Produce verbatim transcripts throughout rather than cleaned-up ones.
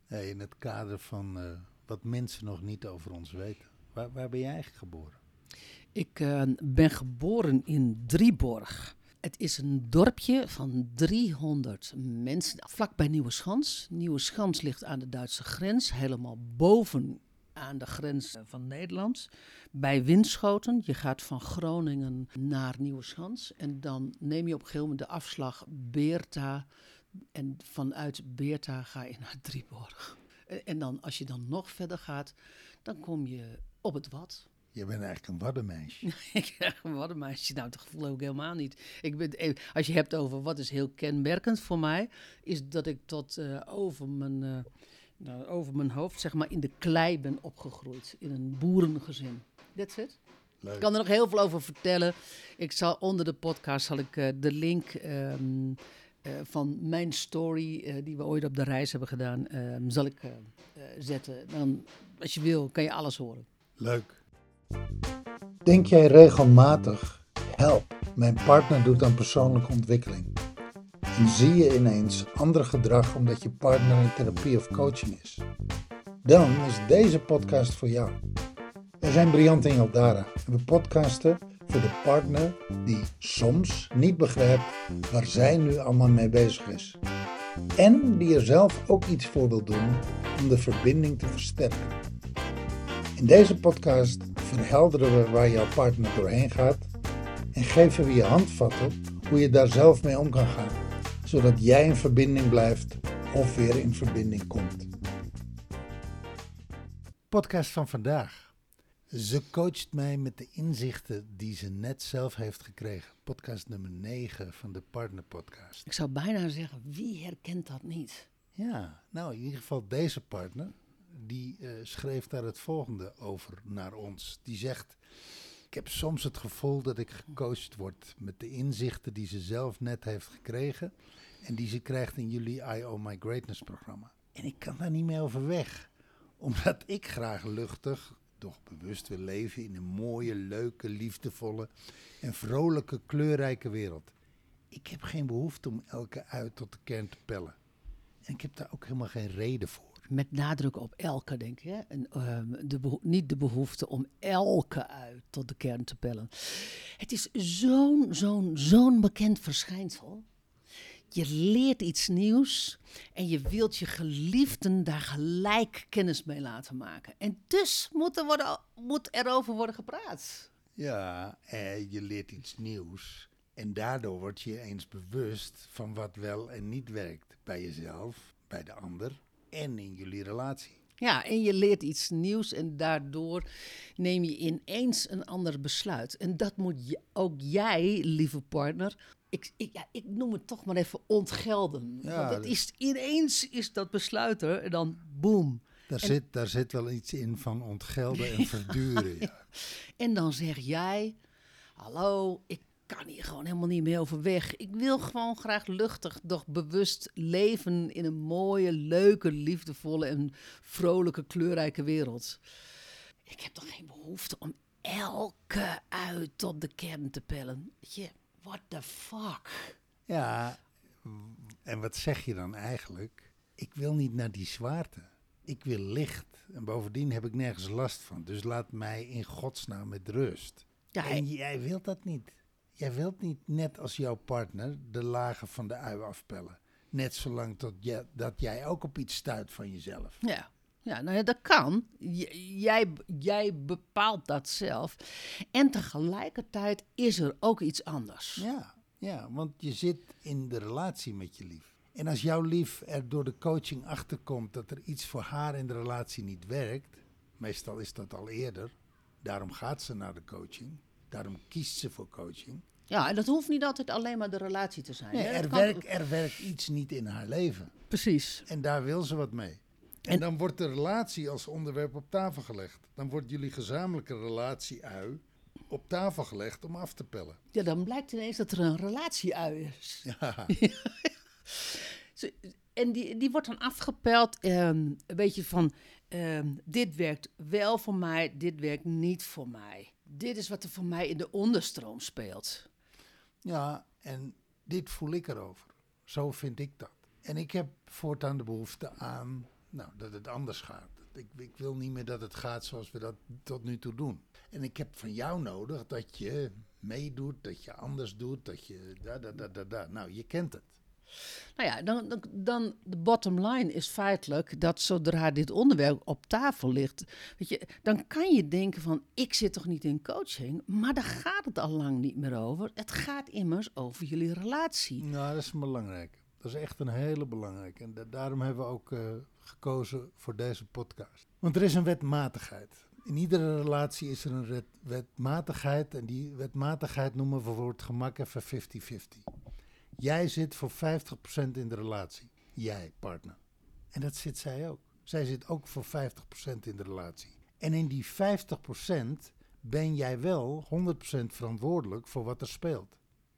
Hey, in het kader van uh, wat mensen nog niet over ons weten. Waar, waar ben jij eigenlijk geboren? Ik uh, ben geboren in Drieborg. Het is een dorpje van driehonderd mensen, vlakbij Nieuweschans. Nieuweschans ligt aan de Duitse grens, helemaal boven aan de grens van Nederland. Bij Winschoten, je gaat van Groningen naar Nieuweschans. En dan neem je op een gegeven moment de afslag Beerta. En vanuit Beerta ga je naar Drieborg. En dan, als je dan nog verder gaat, dan kom je op het Wad. Je bent eigenlijk een waddenmeisje. Ik ben een waddenmeisje. Nou, dat geloof ik helemaal niet. Ik ben, als je hebt over wat is heel kenmerkend voor mij, is dat ik tot uh, over, mijn, uh, nou, over mijn hoofd, zeg maar, in de klei ben opgegroeid. In een boerengezin. That's it. Leuk. Ik kan er nog heel veel over vertellen. Ik zal onder de podcast zal ik uh, de link um, uh, van mijn story, uh, die we ooit op de reis hebben gedaan, uh, zal ik uh, uh, zetten. Dan, als je wil, kan je alles horen. Leuk. Denk jij regelmatig, help, mijn partner doet aan persoonlijke ontwikkeling. En zie je ineens ander gedrag omdat je partner in therapie of coaching is? Dan is deze podcast voor jou. Wij zijn Briant en Jaldara en we podcasten voor de partner die soms niet begrijpt waar zij nu allemaal mee bezig is. En die er zelf ook iets voor wil doen om de verbinding te versterken. In deze podcast verhelderen we waar jouw partner doorheen gaat en geven we je handvatten hoe je daar zelf mee om kan gaan, zodat jij in verbinding blijft of weer in verbinding komt. Podcast van vandaag. Ze coacht mij met de inzichten die ze net zelf heeft gekregen. Podcast nummer negen van de Partner Podcast. Ik zou bijna zeggen, wie herkent dat niet? Ja, nou in ieder geval deze partner. Die uh, schreef daar het volgende over naar ons. Die zegt, ik heb soms het gevoel dat ik gecoacht word met de inzichten die ze zelf net heeft gekregen. En die ze krijgt in jullie I Own My Greatness programma. En ik kan daar niet meer over weg. Omdat ik graag luchtig, doch bewust wil leven in een mooie, leuke, liefdevolle en vrolijke, kleurrijke wereld. Ik heb geen behoefte om elke ui tot de kern te pellen. En ik heb daar ook helemaal geen reden voor. Met nadruk op elke, denk ik. Hè? En, uh, de beho- niet de behoefte om elke ui tot de kern te pellen. Het is zo'n, zo'n, zo'n bekend verschijnsel. Je leert iets nieuws en je wilt je geliefden daar gelijk kennis mee laten maken. En dus moet er, worden, moet er over worden gepraat. Ja, eh, je leert iets nieuws. En daardoor word je eens bewust van wat wel en niet werkt. Bij jezelf, bij de ander en in jullie relatie. Ja, en je leert iets nieuws en daardoor neem je ineens een ander besluit. En dat moet je, ook jij, lieve partner, ik, ik, ja, ik noem het toch maar even ontgelden. Ja, Want het dat... is, ineens is dat besluit er en dan boem. Daar, en... zit, daar zit wel iets in van ontgelden en verduren. Ja. En dan zeg jij, hallo, ik kan hier gewoon helemaal niet meer over weg. Ik wil gewoon graag luchtig, doch bewust leven in een mooie, leuke, liefdevolle en vrolijke, kleurrijke wereld. Ik heb toch geen behoefte om elke ui tot de kern te pellen. Je, what the fuck? Ja, en wat zeg je dan eigenlijk? Ik wil niet naar die zwaarte. Ik wil licht. En bovendien heb ik nergens last van. Dus laat mij in godsnaam met rust. Ja, en jij wilt dat niet. Jij wilt niet, net als jouw partner, de lagen van de ui afpellen. Net zolang tot je, dat jij ook op iets stuit van jezelf. Ja, ja, nou ja, dat kan. J- jij, jij bepaalt dat zelf. En tegelijkertijd is er ook iets anders. Ja, ja, want je zit in de relatie met je lief. En als jouw lief er door de coaching achterkomt dat er iets voor haar in de relatie niet werkt, meestal is dat al eerder, daarom gaat ze naar de coaching, daarom kiest ze voor coaching. Ja, en dat hoeft niet altijd alleen maar de relatie te zijn. Nee, hè? er, kan... werkt, er werkt iets niet in haar leven. Precies. En daar wil ze wat mee. En, en dan wordt de relatie als onderwerp op tafel gelegd. Dan wordt jullie gezamenlijke relatie-ui op tafel gelegd om af te pellen. Ja, dan blijkt ineens dat er een relatie-ui is. Ja. En die, die wordt dan afgepeld, um, een beetje van, um, dit werkt wel voor mij, dit werkt niet voor mij. Dit is wat er voor mij in de onderstroom speelt. Ja, en dit voel ik erover. Zo vind ik dat. En ik heb voortaan de behoefte aan Nou, dat het anders gaat. Ik, ik wil niet meer dat het gaat zoals we dat tot nu toe doen. En ik heb van jou nodig dat je meedoet, dat je anders doet, dat je da da da da da. Nou, je kent het. Nou ja, dan, dan, dan de bottom line is feitelijk dat zodra dit onderwerp op tafel ligt, weet je, dan kan je denken van, ik zit toch niet in coaching, maar daar gaat het al lang niet meer over. Het gaat immers over jullie relatie. Nou, dat is belangrijk. Dat is echt een hele belangrijke. En da- daarom hebben we ook uh, gekozen voor deze podcast. Want er is een wetmatigheid. In iedere relatie is er een wet- wetmatigheid. En die wetmatigheid noemen we voor het gemak even vijftig vijftig. Jij zit voor vijftig procent in de relatie. Jij, partner. En dat zit zij ook. Zij zit ook voor vijftig procent in de relatie. En in die vijftig procent ben jij wel honderd procent verantwoordelijk voor wat er speelt.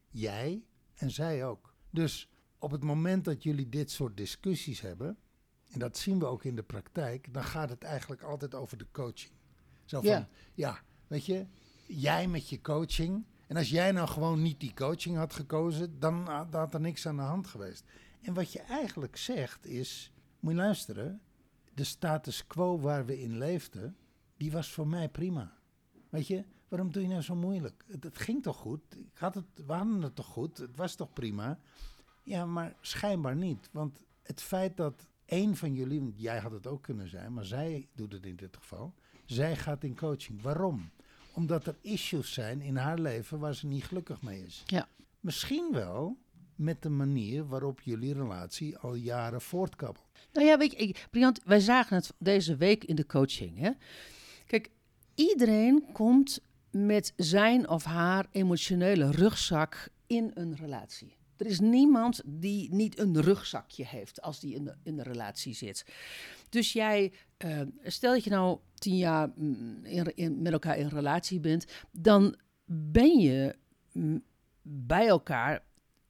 Jij en zij ook. Dus op het moment dat jullie dit soort discussies hebben, en dat zien we ook in de praktijk, dan gaat het eigenlijk altijd over de coaching. Zo van, Ja. ja, weet je, jij met je coaching. En als jij nou gewoon niet die coaching had gekozen, dan had er niks aan de hand geweest. En wat je eigenlijk zegt is, moet je luisteren, de status quo waar we in leefden, die was voor mij prima. Weet je, waarom doe je nou zo moeilijk? Het, het ging toch goed? Ik had het, we hadden het toch goed? Het was toch prima? Ja, maar schijnbaar niet. Want het feit dat één van jullie, want jij had het ook kunnen zijn, maar zij doet het in dit geval, zij gaat in coaching. Waarom? Omdat er issues zijn in haar leven waar ze niet gelukkig mee is. Ja. Misschien wel met de manier waarop jullie relatie al jaren voortkabbelt. Nou ja, weet je, ik, Briant, wij zagen het deze week in de coaching. Hè? Kijk, iedereen komt met zijn of haar emotionele rugzak in een relatie. Er is niemand die niet een rugzakje heeft als die in de, in de relatie zit. Dus jij, uh, stel dat je nou tien jaar mm, in, in, met elkaar in relatie bent, dan ben je mm, bij elkaar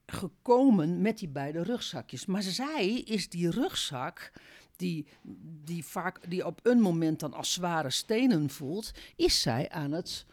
gekomen met die beide rugzakjes. Maar zij is die rugzak die, die vaak die op een moment dan als zware stenen voelt, is zij aan het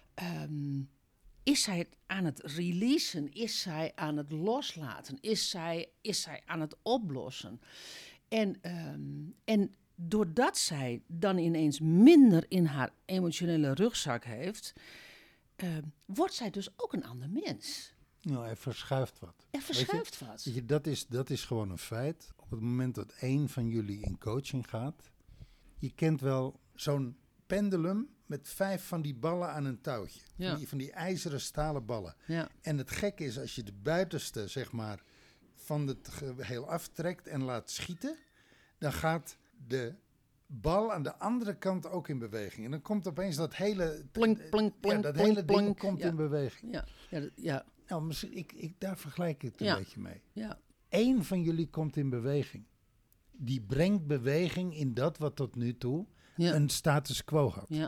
um, is zij aan het releasen, is zij aan het loslaten, is zij, is zij aan het oplossen. En, um, en doordat zij dan ineens minder in haar emotionele rugzak heeft, uh, wordt zij dus ook een ander mens. Nou, er verschuift wat. Er verschuift weet je, wat. Weet je, dat, is, dat is gewoon een feit. Op het moment dat één van jullie in coaching gaat, je kent wel zo'n pendulum met vijf van die ballen aan een touwtje. Ja. Van, die, van die ijzeren stalen ballen. Ja. En het gekke is, als je de buitenste, zeg maar, van het geheel aftrekt en laat schieten, dan gaat de bal aan de andere kant ook in beweging. En dan komt opeens dat hele... Plink, plink, plink, ja, dat plink, hele ding plink. komt Ja. in beweging. Ja, ja, dat- ja, Nou, misschien, ik, ik, daar vergelijk ik het een Ja. beetje mee. ja. Eén van jullie komt in beweging. Die brengt beweging in dat wat tot nu toe Ja. een status quo had. ja.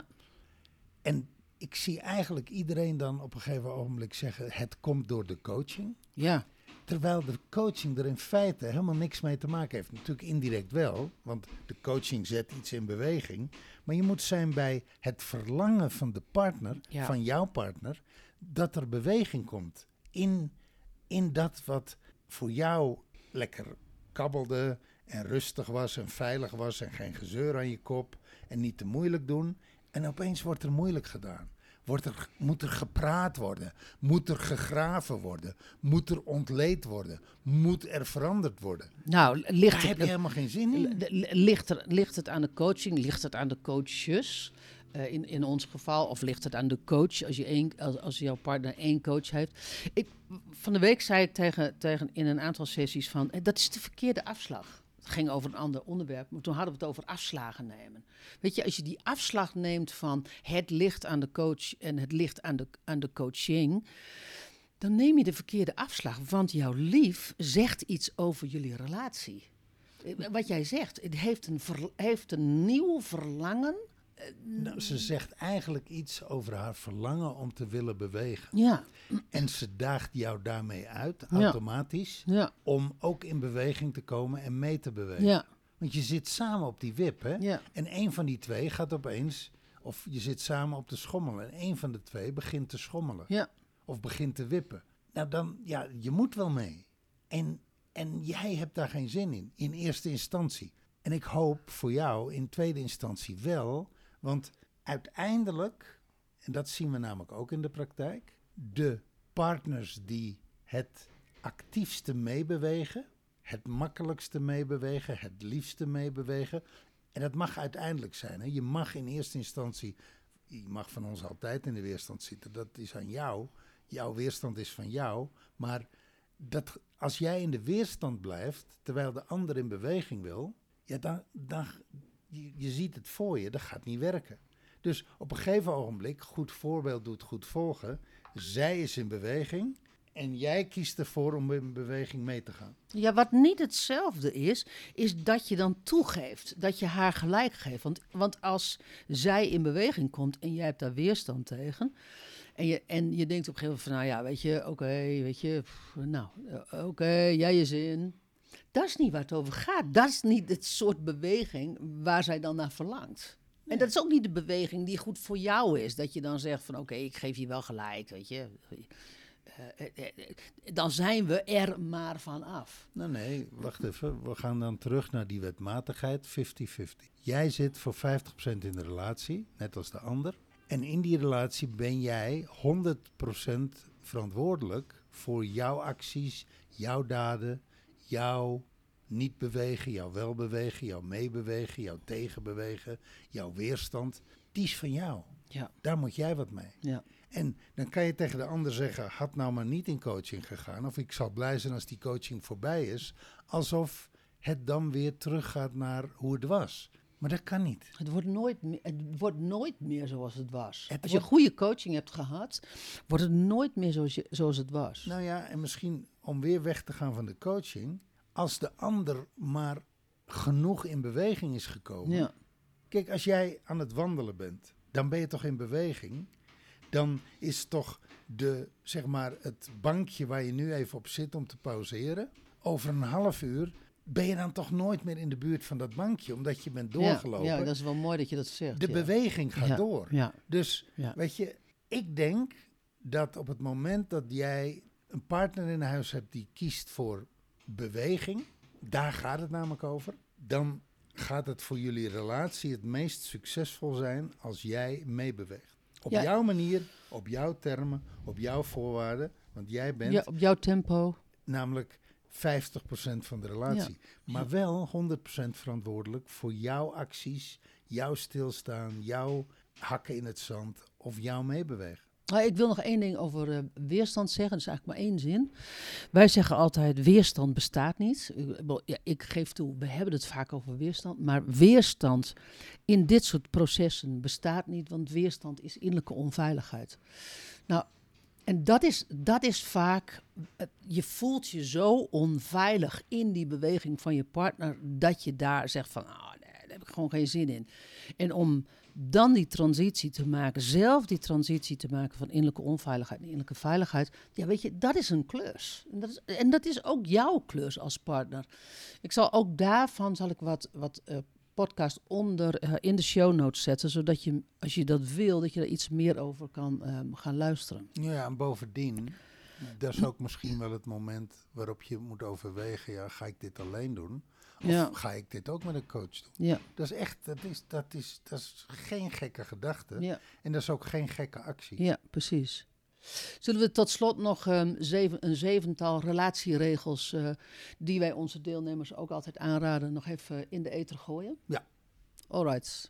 En ik zie eigenlijk iedereen dan op een gegeven ogenblik zeggen, het komt door de coaching. ja. Terwijl de coaching er in feite helemaal niks mee te maken heeft. Natuurlijk indirect wel, want de coaching zet iets in beweging. Maar je moet zijn bij het verlangen van de partner, Ja. van jouw partner, dat er beweging komt. In, in dat wat voor jou lekker kabbelde en rustig was en veilig was en geen gezeur aan je kop en niet te moeilijk doen. En opeens wordt er moeilijk gedaan. Wordt er, moet er gepraat worden? Moet er gegraven worden? Moet er ontleed worden? Moet er veranderd worden? Nou, ligt Daar heb het, je helemaal geen zin in. l- l- ligt, er, ligt het aan de coaching? Ligt het aan de coaches? Uh, in, in ons geval, of ligt het aan de coach als, je één, als, als jouw partner één coach heeft? Ik, van de week zei ik tegen, tegen in een aantal sessies van, eh, dat is de verkeerde afslag. Het ging over een ander onderwerp, maar toen hadden we het over afslagen nemen. Weet je, als je die afslag neemt van het ligt aan de coach en het ligt aan de, aan de coaching, dan neem je de verkeerde afslag, want jouw lief zegt iets over jullie relatie. Eh, Wat jij zegt, het heeft een, ver, heeft een nieuw verlangen. Nou, ze zegt eigenlijk iets over haar verlangen om te willen bewegen. Ja, En ze daagt jou daarmee uit, Ja. automatisch, ja, om ook in beweging te komen en mee te bewegen. ja, Want je zit samen op die wip, hè? ja. En één van die twee gaat opeens, of je zit samen op de schommel. En één van de twee begint te schommelen. Ja. Of begint te wippen. Nou dan, ja, je moet wel mee. En, en jij hebt daar geen zin in, in eerste instantie. En ik hoop voor jou in tweede instantie wel, want uiteindelijk, en dat zien we namelijk ook in de praktijk, de partners die het actiefste meebewegen, het makkelijkste meebewegen, het liefste meebewegen. En dat mag uiteindelijk zijn. Hè? Je mag in eerste instantie, je mag van ons altijd in de weerstand zitten. Dat is aan jou. Jouw weerstand is van jou. Maar dat, als jij in de weerstand blijft, terwijl de ander in beweging wil, ja, dan, dan je, je ziet het voor je, dat gaat niet werken. Dus op een gegeven ogenblik, goed voorbeeld doet goed volgen. Zij is in beweging en jij kiest ervoor om in beweging mee te gaan. Ja, wat niet hetzelfde is, is dat je dan toegeeft, dat je haar gelijk geeft. Want, want als zij in beweging komt en jij hebt daar weerstand tegen, en je, en je denkt op een gegeven moment van, nou ja, weet je, oké, okay, weet je, pff, nou, uh, oké, okay, jij je zin. Dat is niet waar het over gaat. Dat is niet het soort beweging waar zij dan naar verlangt. Nee. En dat is ook niet de beweging die goed voor jou is. Dat je dan zegt van, oké, okay, ik geef je wel gelijk, weet je. Uh, uh, uh, dan zijn we er maar van af. Nou nee, wacht even. We gaan dan terug naar die wetmatigheid, vijftig vijftig. Jij zit voor vijftig procent in de relatie, net als de ander. En in die relatie ben jij honderd procent verantwoordelijk voor jouw acties, jouw daden, jouw niet bewegen, jouw wel bewegen, jouw meebewegen, jouw tegenbewegen, jouw weerstand. Die is van jou. Ja. Daar moet jij wat mee. Ja. En dan kan je tegen de ander zeggen, had nou maar niet in coaching gegaan. Of ik zal blij zijn als die coaching voorbij is. Alsof het dan weer teruggaat naar hoe het was. Maar dat kan niet. Het wordt nooit meer, het wordt nooit meer zoals het was. Het Als wordt... je goede coaching hebt gehad, wordt het nooit meer zoals, je, zoals het was. Nou ja, en misschien om weer weg te gaan van de coaching. Als de ander maar genoeg in beweging is gekomen. Ja. Kijk, als jij aan het wandelen bent, dan ben je toch in beweging. Dan is toch de, zeg maar, het bankje waar je nu even op zit om te pauzeren. Over een half uur ben je dan toch nooit meer in de buurt van dat bankje, omdat je bent doorgelopen. Ja, ja, dat is wel mooi dat je dat zegt. De ja. beweging gaat ja, door. Ja, dus, ja. weet je, ik denk dat op het moment dat jij een partner in huis hebt die kiest voor beweging, daar gaat het namelijk over, dan gaat het voor jullie relatie het meest succesvol zijn als jij meebeweegt. Op ja. jouw manier, op jouw termen, op jouw voorwaarden, want jij bent ja, op jouw tempo. namelijk vijftig procent van de relatie. Ja. Maar wel honderd procent verantwoordelijk voor jouw acties, jouw stilstaan, jouw hakken in het zand of jouw meebewegen. Nou, ik wil nog één ding over uh, weerstand zeggen. Dat is eigenlijk maar één zin. Wij zeggen altijd, weerstand bestaat niet. Ja, ik geef toe, we hebben het vaak over weerstand. Maar weerstand in dit soort processen bestaat niet. Want weerstand is innerlijke onveiligheid. Nou, en dat is, dat is vaak, je voelt je zo onveilig in die beweging van je partner, dat je daar zegt van, oh, nee, daar heb ik gewoon geen zin in. En om dan die transitie te maken, zelf die transitie te maken van innerlijke onveiligheid naar innerlijke veiligheid, ja, weet je, dat is een klus. En dat is, en dat is ook jouw klus als partner. Ik zal ook daarvan, zal ik wat, wat uh, podcast onder uh, in de show notes zetten, zodat je, als je dat wil, dat je er iets meer over kan um, gaan luisteren. Ja, en bovendien, dat is ook misschien wel het moment waarop je moet overwegen, ja, ga ik dit alleen doen? Of ja. ga ik dit ook met een coach doen? Ja. Dat is echt, dat is, dat is, dat is geen gekke gedachte. Ja. En dat is ook geen gekke actie. Ja, precies. Zullen we tot slot nog um, zeven, een zevental relatieregels uh, die wij onze deelnemers ook altijd aanraden, nog even in de ether gooien? Ja. Alright.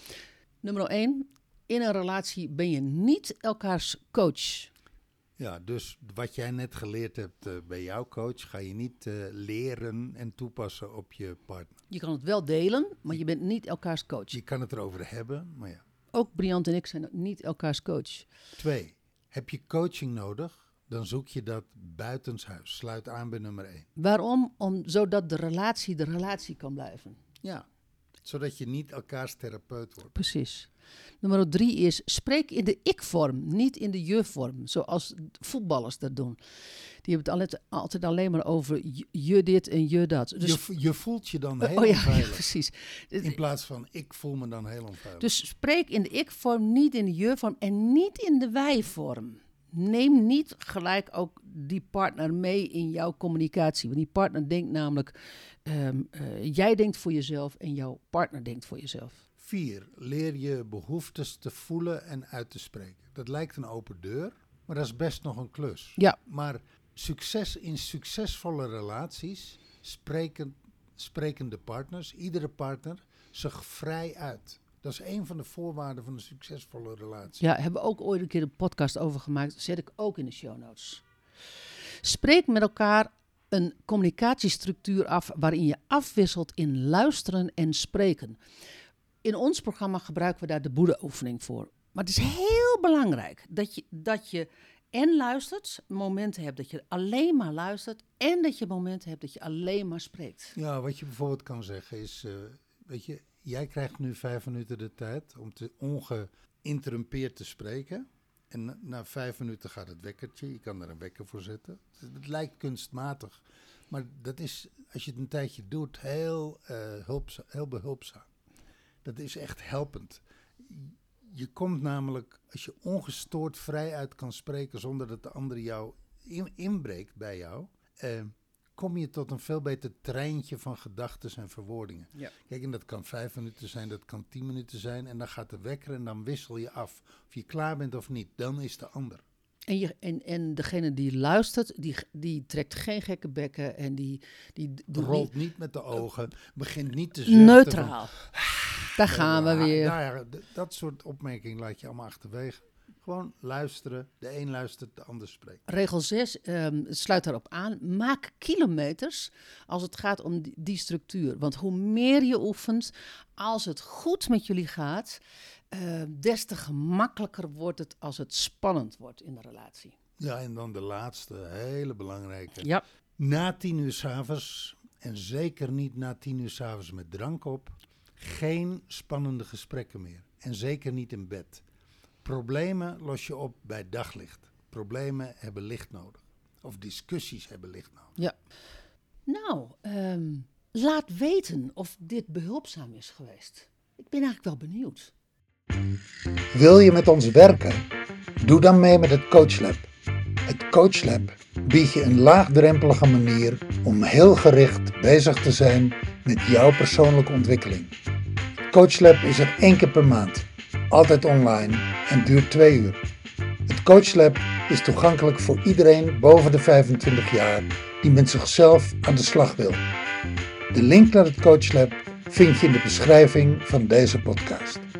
Nummer één. In een relatie ben je niet elkaars coach. Ja, dus wat jij net geleerd hebt uh, bij jouw coach, ga je niet uh, leren en toepassen op je partner. Je kan het wel delen, maar je bent niet elkaars coach. Je kan het erover hebben, maar ja. Ook Briant en ik zijn niet elkaars coach. Twee, heb je coaching nodig, dan zoek je dat buitenshuis. Sluit aan bij nummer één. Waarom? Om, zodat de relatie de relatie kan blijven. Ja, zodat je niet elkaars therapeut wordt. Precies. Nummer drie is, spreek in de ik-vorm, niet in de je-vorm, zoals voetballers dat doen. Die hebben het altijd alleen maar over je dit en je dat. Dus, je, je voelt je dan heel oh, ja, onveilig. Ja, precies. In plaats van, ik voel me dan heel onveilig. Dus spreek in de ik-vorm, niet in de je-vorm en niet in de wij-vorm. neem niet gelijk ook die partner mee in jouw communicatie. Want die partner denkt namelijk, um, uh, jij denkt voor jezelf en jouw partner denkt voor jezelf. Vier, leer je behoeftes te voelen en uit te spreken. Dat lijkt een open deur, maar dat is best nog een klus. Ja. Maar succes in succesvolle relaties spreken, spreken de partners, iedere partner, zich vrij uit. Dat is een van de voorwaarden van een succesvolle relatie. Ja, hebben we ook ooit een keer een podcast over gemaakt. Zet ik ook in de show notes. Spreek met elkaar een communicatiestructuur af waarin je afwisselt in luisteren en spreken. In ons programma gebruiken we daar de Boeddha-oefening voor. Maar het is heel belangrijk dat je, dat je en luistert, momenten hebt dat je alleen maar luistert, en dat je momenten hebt dat je alleen maar spreekt. Ja, wat je bijvoorbeeld kan zeggen is, uh, weet je, jij krijgt nu vijf minuten de tijd om te ongeïnterrumpeerd te spreken. En na, na vijf minuten gaat het wekkertje, je kan er een wekker voor zetten. Het lijkt kunstmatig, maar dat is, als je het een tijdje doet, heel, uh, hulpza- heel behulpzaam. Dat is echt helpend. Je komt namelijk, als je ongestoord vrij uit kan spreken zonder dat de ander jou in, inbreekt bij jou, uh, kom je tot een veel beter treintje van gedachten en verwoordingen. Ja. Kijk, en dat kan vijf minuten zijn, dat kan tien minuten zijn en dan gaat de wekker en dan wissel je af. Of je klaar bent of niet, dan is de ander. En, je, en, en degene die luistert, die, die trekt geen gekke bekken en die... die doet rolt niet, niet met de ogen, begint niet te zuchten. Neutraal. Van, Daar gaan we weer. Daar, dat soort opmerkingen laat je allemaal achterwege. Gewoon luisteren. De een luistert, de ander spreekt. Regel zes um, sluit daarop aan. Maak kilometers als het gaat om die, die structuur. Want hoe meer je oefent, als het goed met jullie gaat, uh, des te gemakkelijker wordt het als het spannend wordt in de relatie. Ja, en dan de laatste, hele belangrijke. Ja. Na tien uur 's avonds, en zeker niet na tien uur 's avonds met drank op, geen spannende gesprekken meer. En zeker niet in bed. Problemen los je op bij daglicht. Problemen hebben licht nodig. Of discussies hebben licht nodig. Ja. Nou, um, laat weten of dit behulpzaam is geweest. Ik ben eigenlijk wel benieuwd. Wil je met ons werken? Doe dan mee met het Coachlab. Het Coachlab biedt je een laagdrempelige manier om heel gericht bezig te zijn met jouw persoonlijke ontwikkeling. Het Coachlab is er één keer per maand. Altijd online en duurt twee uur. Het Coachlab is toegankelijk voor iedereen boven de vijfentwintig jaar die met zichzelf aan de slag wil. De link naar het Coachlab vind je in de beschrijving van deze podcast.